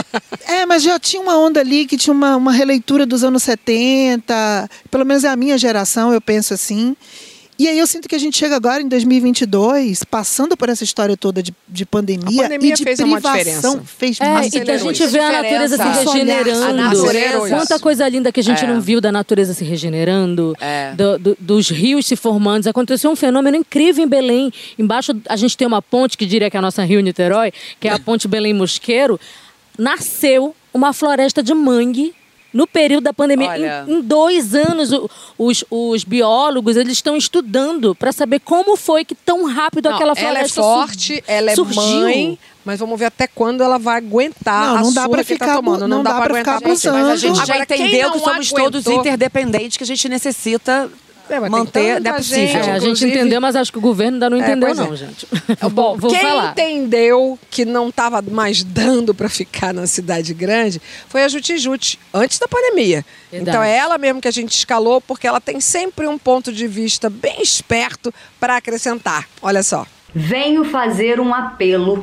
Mas já tinha uma onda ali que tinha uma releitura dos anos 70. Pelo menos é a minha geração, eu penso assim. E aí eu sinto que a gente chega agora em 2022, passando por essa história toda de pandemia, A pandemia e de fez uma privação. diferença. Fez e muito. da gente ver a natureza se Diferença. regenerando. A natureza. Quanta coisa linda que a gente não viu da natureza se regenerando, dos rios se formando. Aconteceu um fenômeno incrível em Belém. Embaixo a gente tem uma ponte, que diria que é a nossa Rio Niterói, que é a ponte Belém-Mosqueiro. Nasceu uma floresta de mangue no período da pandemia. Olha. Em 2 anos, os biólogos eles estão estudando para saber como foi que tão rápido aquela floresta ela é forte, ela é surgiu. mãe, mas vamos ver até quando ela vai aguentar Não a dá surra pra que tá ficar tomando. não dá pra ficar aguentar abusando. Mas a gente já Agora, quem entendeu não que somos todos aguentou- interdependentes, que a gente necessita mas tem manter, tanta não é possível. gente, A gente inclusive- entendeu, mas acho que o governo ainda não entendeu, pois é. não, gente. Bom, Vou quem falar. entendeu que não estava mais dando para ficar na cidade grande foi a Juti, antes da pandemia. Verdade. Então é ela mesmo que a gente escalou, porque ela tem sempre um ponto de vista bem esperto para acrescentar. Olha só. Venho fazer um apelo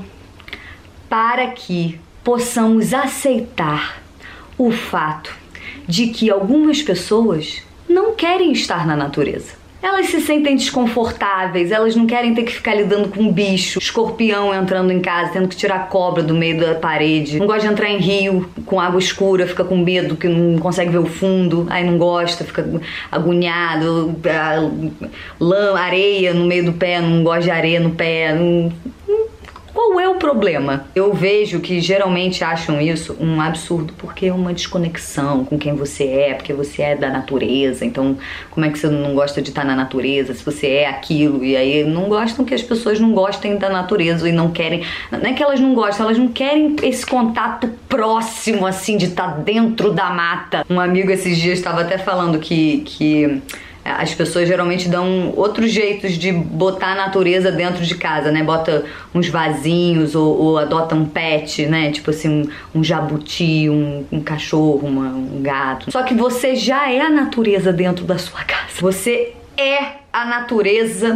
para que possamos aceitar o fato de que algumas pessoas não querem estar na natureza. Elas se sentem desconfortáveis, elas não querem ter que ficar lidando com um bicho, escorpião entrando em casa, tendo que tirar cobra do meio da parede. Não gosta de entrar em rio com água escura, fica com medo que não consegue ver o fundo, aí não gosta, fica agoniado, areia no meio do pé, não gosta de areia no pé. Qual é o problema? Eu vejo que geralmente acham isso um absurdo, porque é uma desconexão com quem você é, porque você é da natureza. Então, como é que você não gosta de estar na natureza se você é aquilo? E aí não gostam que as pessoas não gostem da natureza e não querem... Não é que elas não gostam, elas não querem esse contato próximo, assim, de estar dentro da mata. Um amigo esses dias estava até falando que as pessoas geralmente dão outros jeitos de botar a natureza dentro de casa, né? Bota uns vasinhos ou adota um pet, né? Tipo assim, um jabuti, um cachorro, um gato. Só que você já é a natureza dentro da sua casa. Você é a natureza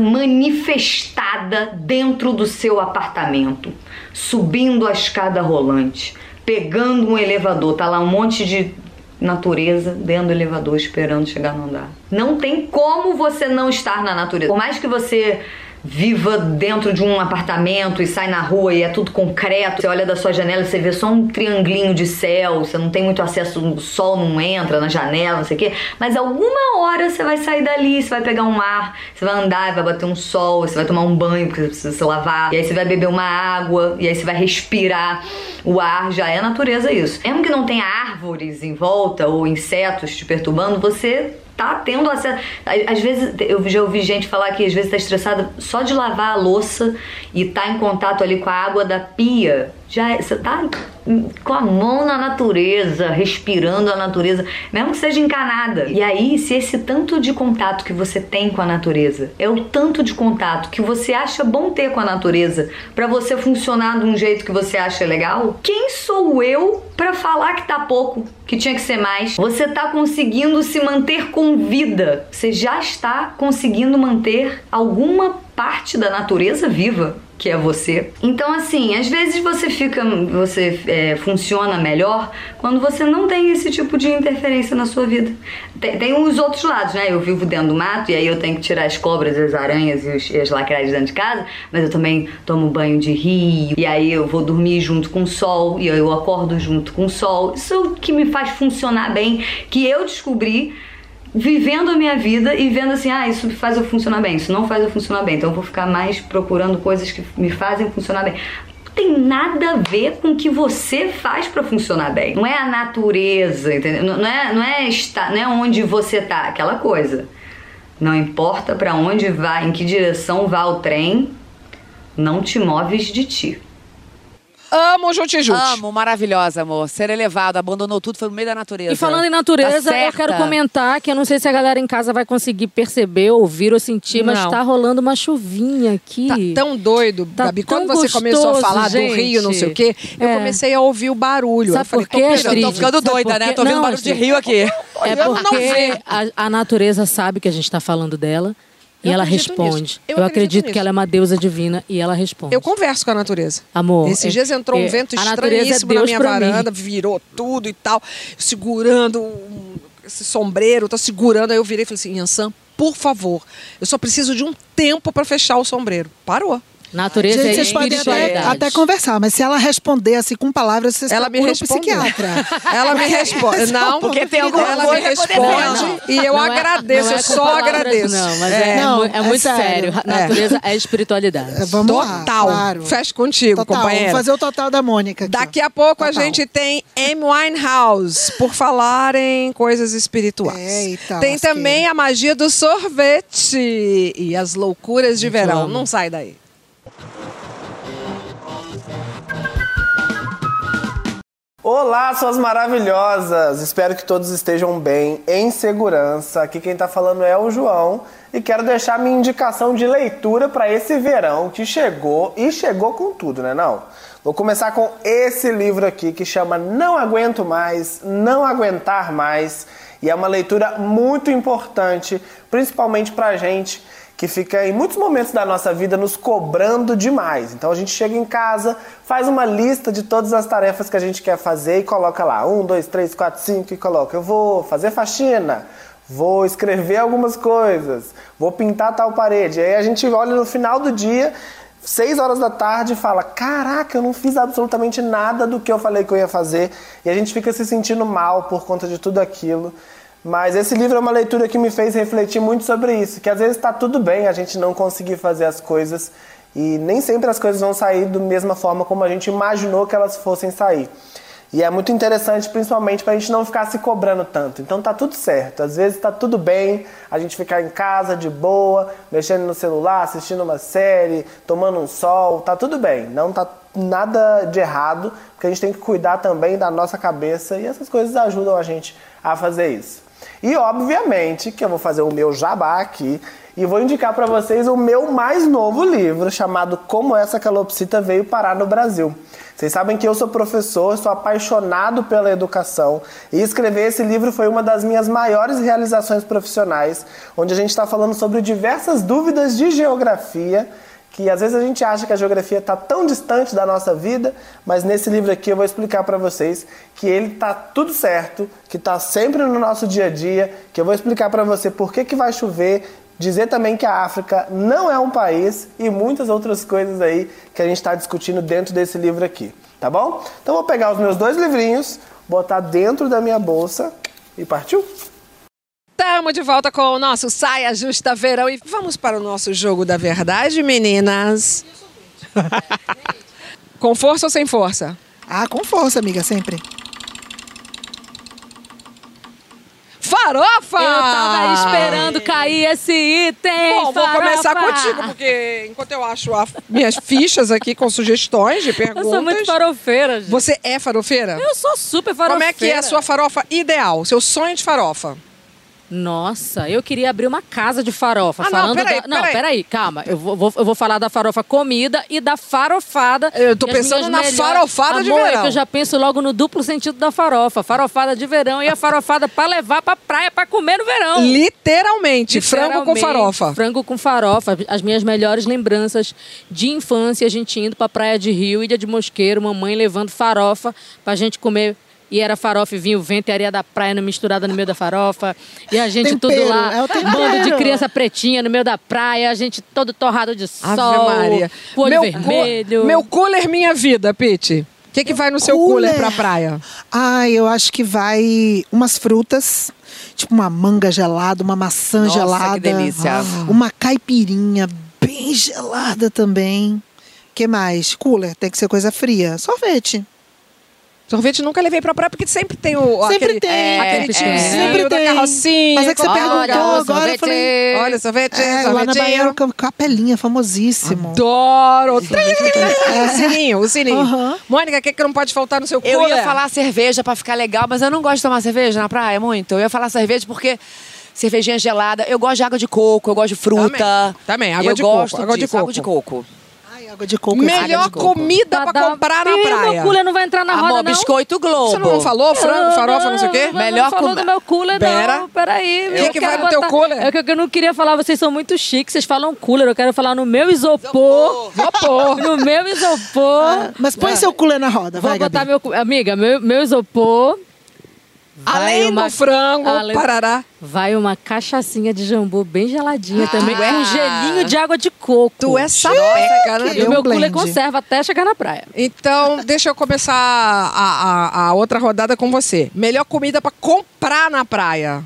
manifestada dentro do seu apartamento. Subindo a escada rolante, pegando um elevador, tá lá um monte de natureza dentro do elevador esperando chegar no andar. Não tem como você não estar na natureza. Por mais que você viva dentro de um apartamento e sai na rua e é tudo concreto, você olha da sua janela e você vê só um triangulinho de céu, você não tem muito acesso, o sol não entra na janela, não sei o quê, mas alguma hora você vai sair dali, você vai pegar um ar, você vai andar, vai bater um sol, você vai tomar um banho porque você precisa se lavar, e aí você vai beber uma água, e aí você vai respirar o ar, já é a natureza isso. Mesmo que não tenha árvores em volta ou insetos te perturbando, você tá tendo acesso. Às vezes, eu já ouvi gente falar que às vezes tá estressada só de lavar a louça e tá em contato ali com a água da pia. Já você tá com a mão na natureza, respirando a natureza, mesmo que seja encanada. E aí, se esse tanto de contato que você tem com a natureza é o tanto de contato que você acha bom ter com a natureza pra você funcionar de um jeito que você acha legal, quem sou eu pra falar que tá pouco, que tinha que ser mais? Você tá conseguindo se manter com vida. Você já está conseguindo manter alguma parte da natureza viva, que é você. Então, assim, às vezes você funciona melhor quando você não tem esse tipo de interferência na sua vida. Tem os outros lados, né? Eu vivo dentro do mato e aí eu tenho que tirar as cobras, as aranhas e as lacraias dentro de casa, mas eu também tomo banho de rio, e aí eu vou dormir junto com o sol, e aí eu acordo junto com o sol. Isso é o que me faz funcionar bem, que eu descobri vivendo a minha vida e vendo assim, isso faz eu funcionar bem, isso não faz eu funcionar bem, então eu vou ficar mais procurando coisas que me fazem funcionar bem. tem nada a ver com o que você faz para funcionar bem. Não é a natureza, entendeu? Não é onde você tá, aquela coisa. Não importa para onde vai, em que direção vá o trem, não te moves de ti. Amo Juti. Amo, maravilhosa, amor. Ser elevado, abandonou tudo, foi no meio da natureza. E falando em natureza, Tá eu quero certa. comentar que eu não sei se a galera em casa vai conseguir perceber, ouvir ou sentir, mas Não. tá rolando uma chuvinha aqui. Tá tão doido, Tá Gabi. tão Quando você começou a gostoso, falar gente. do rio, não sei o quê, eu comecei a ouvir o barulho. Sabe Eu falei, por quê, tô Astrid? pirando. Tô ficando Sabe doida, por né? quê? Tô ouvindo Não, barulho de Astrid. rio aqui. É Eu não porque vi. a natureza sabe que a gente tá falando dela e Eu ela acredito responde. nisso. Eu Eu acredito acredito que nisso. ela é uma deusa divina e ela responde. Eu converso com a natureza. Amor, Esses dias entrou um vento a natureza é estranhíssimo na Deus minha pra mim. varanda, virou tudo e tal, segurando esse sombreiro, tô segurando. Aí eu virei e falei assim, Yansan, por favor, eu só preciso de um tempo para fechar o sombreiro. Parou. Natureza Gente, é vocês podem espiritualidade. até conversar, mas se ela responder assim com palavras, vocês Ela me procuram um respondeu. psiquiatra. Ela me responde. Não, Porque tem alguma ela coisa me acontecendo. responde e eu Não é- agradeço, não é eu com só palavras, agradeço. Não, mas Não, é muito é sério. sério. Natureza é espiritualidade. Vamos lá, Total. claro. Fecha contigo, Total, companheira. vamos fazer o total da Mônica aqui, Daqui ó. a pouco a Total. gente tem Amy Winehouse, por falar em coisas espirituais. Eita, tem lasqueira. também a magia do sorvete e as loucuras de verão. amo. Não sai daí. Olá, suas maravilhosas! Espero que todos estejam bem, em segurança. Aqui quem tá falando é o João e quero deixar minha indicação de leitura para esse verão que chegou e chegou com tudo, né não? Vou começar com esse livro aqui que chama Não Aguento Mais, Não Aguentar Mais, e é uma leitura muito importante, principalmente pra gente que fica em muitos momentos da nossa vida nos cobrando demais. Então a gente chega em casa, faz uma lista de todas as tarefas que a gente quer fazer e coloca lá 1, 2, 3, 4, 5 e coloca: eu vou fazer faxina, vou escrever algumas coisas, vou pintar tal parede. Aí a gente olha no final do dia, 6 horas da tarde, e fala: caraca, eu não fiz absolutamente nada do que eu falei que eu ia fazer. E a gente fica se sentindo mal por conta de tudo aquilo. Mas esse livro é uma leitura que me fez refletir muito sobre isso, que às vezes está tudo bem a gente não conseguir fazer as coisas e nem sempre as coisas vão sair da mesma forma como a gente imaginou que elas fossem sair. E é muito interessante, principalmente, para a gente não ficar se cobrando tanto. Então tá tudo certo, às vezes tá tudo bem a gente ficar em casa de boa, mexendo no celular, assistindo uma série, tomando um sol, tá tudo bem, não tá nada de errado, porque a gente tem que cuidar também da nossa cabeça e essas coisas ajudam a gente a fazer isso. E obviamente que eu vou fazer o meu jabá aqui e vou indicar para vocês o meu mais novo livro, chamado Como Essa Calopsita Veio Parar no Brasil. Vocês sabem que eu sou professor, sou apaixonado pela educação e escrever esse livro foi uma das minhas maiores realizações profissionais, onde a gente está falando sobre diversas dúvidas de geografia, que às vezes a gente acha que a geografia está tão distante da nossa vida, mas nesse livro aqui eu vou explicar para vocês que ele está tudo certo, que está sempre no nosso dia a dia, que eu vou explicar para você por que vai chover, dizer também que a África não é um país e muitas outras coisas aí que a gente está discutindo dentro desse livro aqui, tá bom? Então vou pegar os meus 2 livrinhos, botar dentro da minha bolsa e partiu? Estamos de volta com o nosso Saia Justa Verão e vamos para o nosso jogo da verdade, meninas. Com força ou sem força? Ah, com força, amiga, sempre. Farofa! Eu tava esperando cair esse item. Bom, vou farofa. começar contigo, porque enquanto eu acho minhas fichas aqui com sugestões de perguntas... Eu sou muito farofeira, gente. Você é farofeira? Eu sou super farofeira. Como é que é a sua farofa ideal? Seu sonho de farofa? Nossa, eu queria abrir uma casa de farofa. Ah, não, falando peraí, da... Não, peraí. peraí, calma. Eu vou falar da farofa comida e da farofada. Eu tô E as pensando minhas na farofada de Amor, verão. É que eu já penso logo no duplo sentido da farofa. Farofada de verão e a farofada pra levar pra praia pra comer no verão. Literalmente, frango com farofa. Frango com farofa. As minhas melhores lembranças de infância, a gente indo pra praia de Rio, Ilha de Mosqueiro, mamãe levando farofa pra gente comer. E era farofa e vinha o vento e areia da praia misturada no meio da farofa. E a gente Tempero, tudo lá, é o tempero. bando de criança pretinha no meio da praia, a gente todo torrado de sol, Ave Maria. com olho vermelho. Meu cooler minha vida, Pete. O que vai no seu cooler pra praia? Ah, eu acho que vai umas frutas, tipo uma manga gelada, uma maçã Nossa, gelada. que delícia. Uma caipirinha bem gelada também. Que mais? Cooler, tem que ser coisa fria. Sorvete. Sorvete nunca levei pra praia, porque sempre tem o Sempre aquele, tem. aquele Sempre timezinho da tem. carrocinha. Mas é que você com perguntou açúcar. agora, sorvete. eu falei... Olha, sorvete, É, lá na sorvetinho. Bahia, com a capelinha, famosíssimo. Adoro! O sininho. Aham. Mônica, o que não pode faltar no seu Eu cooler? ia falar cerveja pra ficar legal, mas eu não gosto de tomar cerveja na praia muito. Eu ia falar cerveja porque cervejinha gelada. Eu gosto de água de coco, eu gosto de fruta. Também, água eu de coco, gosto água de disso, coco. água de coco. Ai, água de coco. Melhor de coco. comida pra comprar na Ih, praia. meu cooler não vai entrar na roda, Amor, não. biscoito Globo. Você não falou? Frango, farofa, não sei o quê? Melhor não falou com- do meu cooler, Pera. não. Peraí. O que eu vai quero no teu botar- cooler? É que eu não queria falar, vocês são muito chiques, vocês falam cooler, eu quero falar no meu isopor. No meu isopor. Mas põe seu cooler na roda, Vou vai, botar Gabi. Amiga, meu isopor. vai Além do frango, parará. Vai uma cachaçinha de jambu bem geladinha também, tu é- com um gelinho de água de coco. Tu é sapeca, né? E o um meu cooler blend. conserva até chegar na praia. Então, deixa eu começar a outra rodada com você. Melhor comida pra comprar na praia.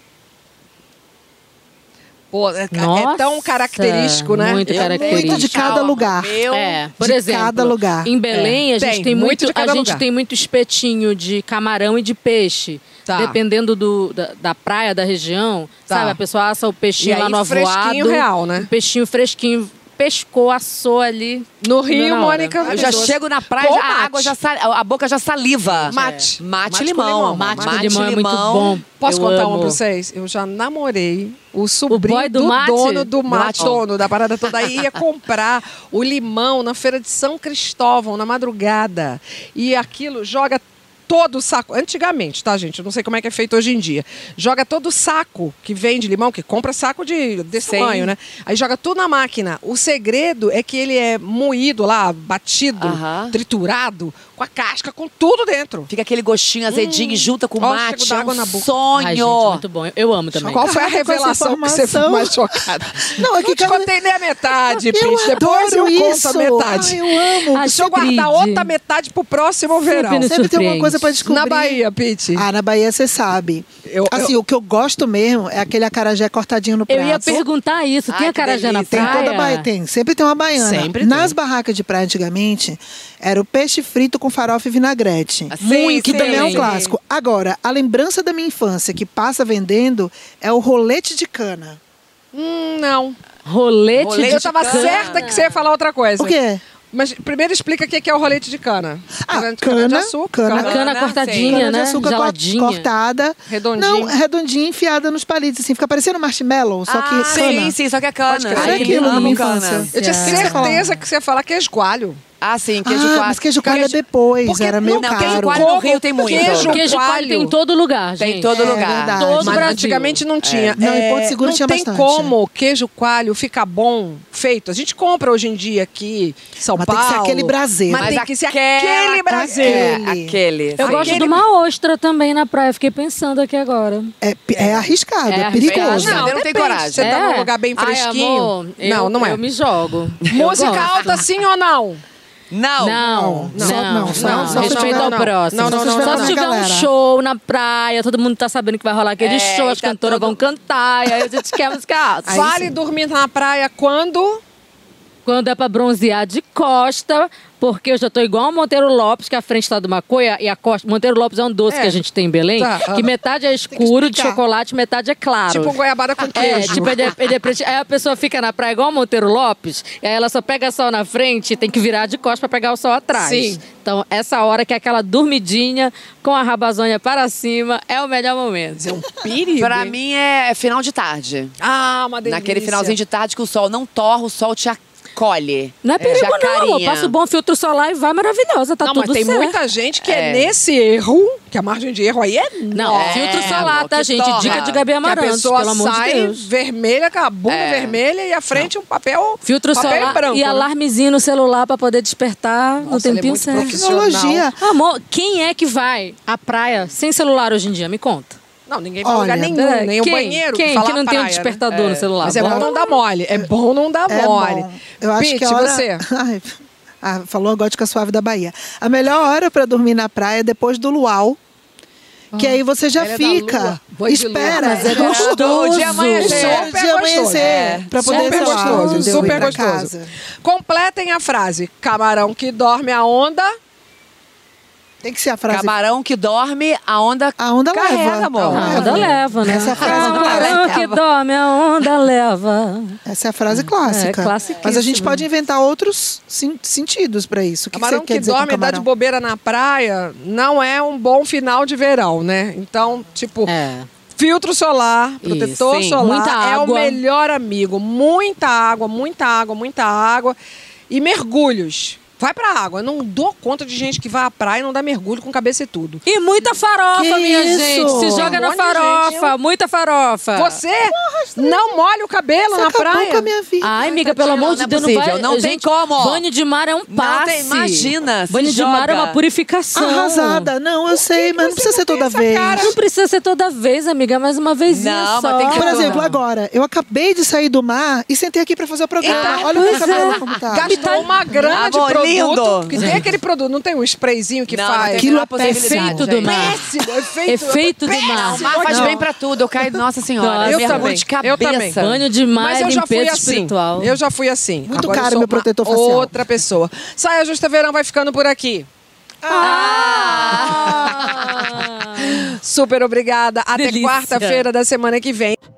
Pô, é tão Nossa, característico, né? muito característico. Muito de cada lugar. Por De exemplo, cada lugar. em Belém a gente Tem tem muito muito, de cada a gente lugar. tem muito espetinho de camarão e de peixe. Tá. Dependendo da praia, da região, Tá. sabe? A pessoa assa o peixinho E aí, lá no avoado. fresquinho real, né? Um peixinho fresquinho, pescou, assou ali. No Rio, na hora. Mônica. Eu já chego na praia, Com já- a mate. água a boca já saliva. Mate. Mate com e limão. Mate com limão é muito bom. Posso Eu contar amo. uma pra vocês? Eu já namorei o sobrinho boy do mate? dono do mate, Mate. dono da parada toda. Aí ia comprar o limão na feira de São Cristóvão, na madrugada. E aquilo joga todo o saco. Antigamente, tá, gente? Eu não sei como é que é feito hoje em dia. Joga todo o saco que vende limão, que compra saco desse Sim. tamanho, né? Aí joga tudo na máquina. O segredo é que ele é moído lá, batido, Aham. triturado, com a casca, com tudo dentro. Fica aquele gostinho azedinho e junta com Ó, mate. chego d'água É na um boca. sonho. Ai, gente, muito bom. Eu amo também. Qual foi a Caraca, com essa revelação que você ficou informação. mais chocada? Não, é que Não te contei nem a metade, Eu Pete. Depois adoro eu isso. conto a metade. Ai, eu amo. Deixa eu Surpreende. guardar outra metade pro próximo verão. nos Sempre tem uma surpreende. coisa pra descobrir. Na Bahia, Pete. Ah, na Bahia você sabe. Assim, o que eu gosto mesmo é aquele acarajé cortadinho no prato. Eu ia perguntar isso. Ai, Tem que acarajé na Tem praia? toda a Bahia, tem. Sempre tem uma baiana. Sempre Nas barracas de praia antigamente, era o peixe frito com farofa e vinagrete. Sim, Que sim. também é um clássico. Agora, a lembrança da minha infância que passa vendendo é o rolete de cana. Não. Rolete Rolete de Eu tava cana. certa que você ia falar outra coisa. O quê? Mas primeiro explica o que é o rolete de cana. Ah, de cana, açúcar. cana. Cana Cana, cortadinha, Cana de né? açúcar Geladinha. cortada. Redondinho. Não, redondinha, enfiada nos palitos, assim. Fica parecendo marshmallow, só que Ah, cana. sim, sim, só que é cana. Pode crer. Era Sim, aquilo na amo minha cana. infância. Eu tinha É. certeza que você ia falar queijo coalho. Ah, sim, queijo Ah, coalho. mas queijo coalho é depois, Porque era meio não, caro. queijo coalho no Rio tem muito. Queijo coalho tem em todo lugar, gente. Tem em todo É lugar. verdade. Todo Mas Brasil. antigamente não tinha. Não, em Porto Seguro não tinha tem bastante. como queijo coalho ficar bom feito. A gente compra hoje em dia aqui em São Mas tem Paulo. que ser aquele braseiro. Mas tem que ser aquele braseiro. É, aquele. Eu gosto de uma ostra também na praia. Fiquei pensando aqui agora. É arriscado, É é, arriscado. perigoso. Não, tem depende. coragem. Você tá num lugar bem fresquinho. Ai, amor, não é. Eu me jogo. Música Eu gosto. alta sim ou não? Não. Não, Não, não, só não. se Respeito tiver- ao não. próximo. Não, não, não, Só não, se não. tiver um Galera. show na praia, todo mundo tá sabendo que vai rolar aquele show, as tá cantoras vão cantar, e aí a gente quer música alta. Vale dormir na praia quando? Quando é pra bronzear de costa, porque eu já tô igual o Monteiro Lopes, que a frente tá do Maconha, e a costa... Monteiro Lopes é um doce É. que a gente tem em Belém, Tá, que metade é escuro de explicar. chocolate, metade é claro. Tipo goiabada com queijo. Tipo, aí a pessoa fica na praia igual o Monteiro Lopes, e aí ela só pega sol na frente e tem que virar de costas pra pegar o sol atrás. Sim. Então, essa hora que é aquela dormidinha com a rabazonha para cima é o melhor momento. É um perigo. Pra hein? mim é final de tarde. Ah, uma delícia. Naquele finalzinho de tarde que o sol não torra, o sol te acolhe. Não é perigo, te não, amor. acarinha. Passa o bom filtro solar e vai maravilhosa, tá Não, tudo mas tem certo. muita gente que é É. nesse erro, que a margem de erro aí é Não, É, filtro solar, amor, tá, que gente? torra. Dica de Gabi que a Amarantos, pessoa pelo amor sai de Deus. vermelha, com a bunda É. vermelha e a frente um papel, Filtro papel solar branco, e né? alarmezinho no celular pra poder despertar no Nossa, ele é tempinho muito certo. profissional. Tecnologia. Amor, quem é que vai à praia sem celular hoje em dia? Me conta. Não, ninguém vai a lugar Olha, nenhum, nem o Quem? banheiro. Quem falar que não tem um praia, né? despertador no celular? Mas é bom Bota não dar mole. É bom não dar É mole. bom. Eu acho Pete, que a hora... você? Ai, falou a gótica suave da Bahia. A melhor hora pra dormir na praia é depois do luau. Que aí você já Ela é da fica, lua. Boi de lua. espera. Mas é gostoso. O dia amanhecer. Super De amanhecer, pra poder Super sei lá, gostoso, entendeu? super Ir pra gostoso. casa. Completem a frase. Camarão que dorme a onda. Tem que ser a frase. Camarão que dorme, a onda carrega, leva. amor. A onda leva, né? Essa frase Camarão que dorme, a onda leva. Essa é a frase clássica. É classiquíssima. Mas a gente pode inventar outros sentidos pra isso. O que Camarão você quer que dizer com dorme e dá de camarão? bobeira na praia não é um bom final de verão, né? Então, tipo, filtro solar, protetor sim. solar Muita é o água. melhor amigo. Muita água, muita água, muita água. E mergulhos. Vai pra água. Eu não dou conta de gente que vai à praia e não dá mergulho com cabeça e tudo. E muita farofa, Que minha isso? gente. Se joga Um na monte de gente. farofa, muita farofa. Você não molha o cabelo Você na acabou praia? com a minha vida. Ai, amiga, pelo amor de não é Deus, possível, vai. não tem gente, como. Banho de mar é um passe. tem, imagina, se Banho de mar é joga. uma purificação. Arrasada. Não, eu sei, mas não precisa ser toda vez. Não precisa ser toda vez, amiga, mas uma vezinha Não, só. mas tem que- Por exemplo, agora, eu acabei de sair do mar e sentei aqui pra fazer o programa. Olha o meu pois cabelo é. como tá. Gastou uma grana de Amor, produto. lindo. Porque tem aquele produto, não tem um sprayzinho que Não, faz. não tem Aquilo nenhuma é péssimo. possibilidade, Efeito do gente. mar. Péssimo, Efeito do mar. O mar faz Não. bem pra tudo. Eu caio, nossa senhora. Eu mergulho também, de eu também. cabeça. Banho de mar Mas é eu já fui limpeza assim. espiritual. Eu já fui assim. Muito Agora eu caro sou meu protetor facial. outra pessoa. Saia Justa Verão vai ficando por aqui. Super obrigada. Até Delícia. quarta-feira da semana que vem.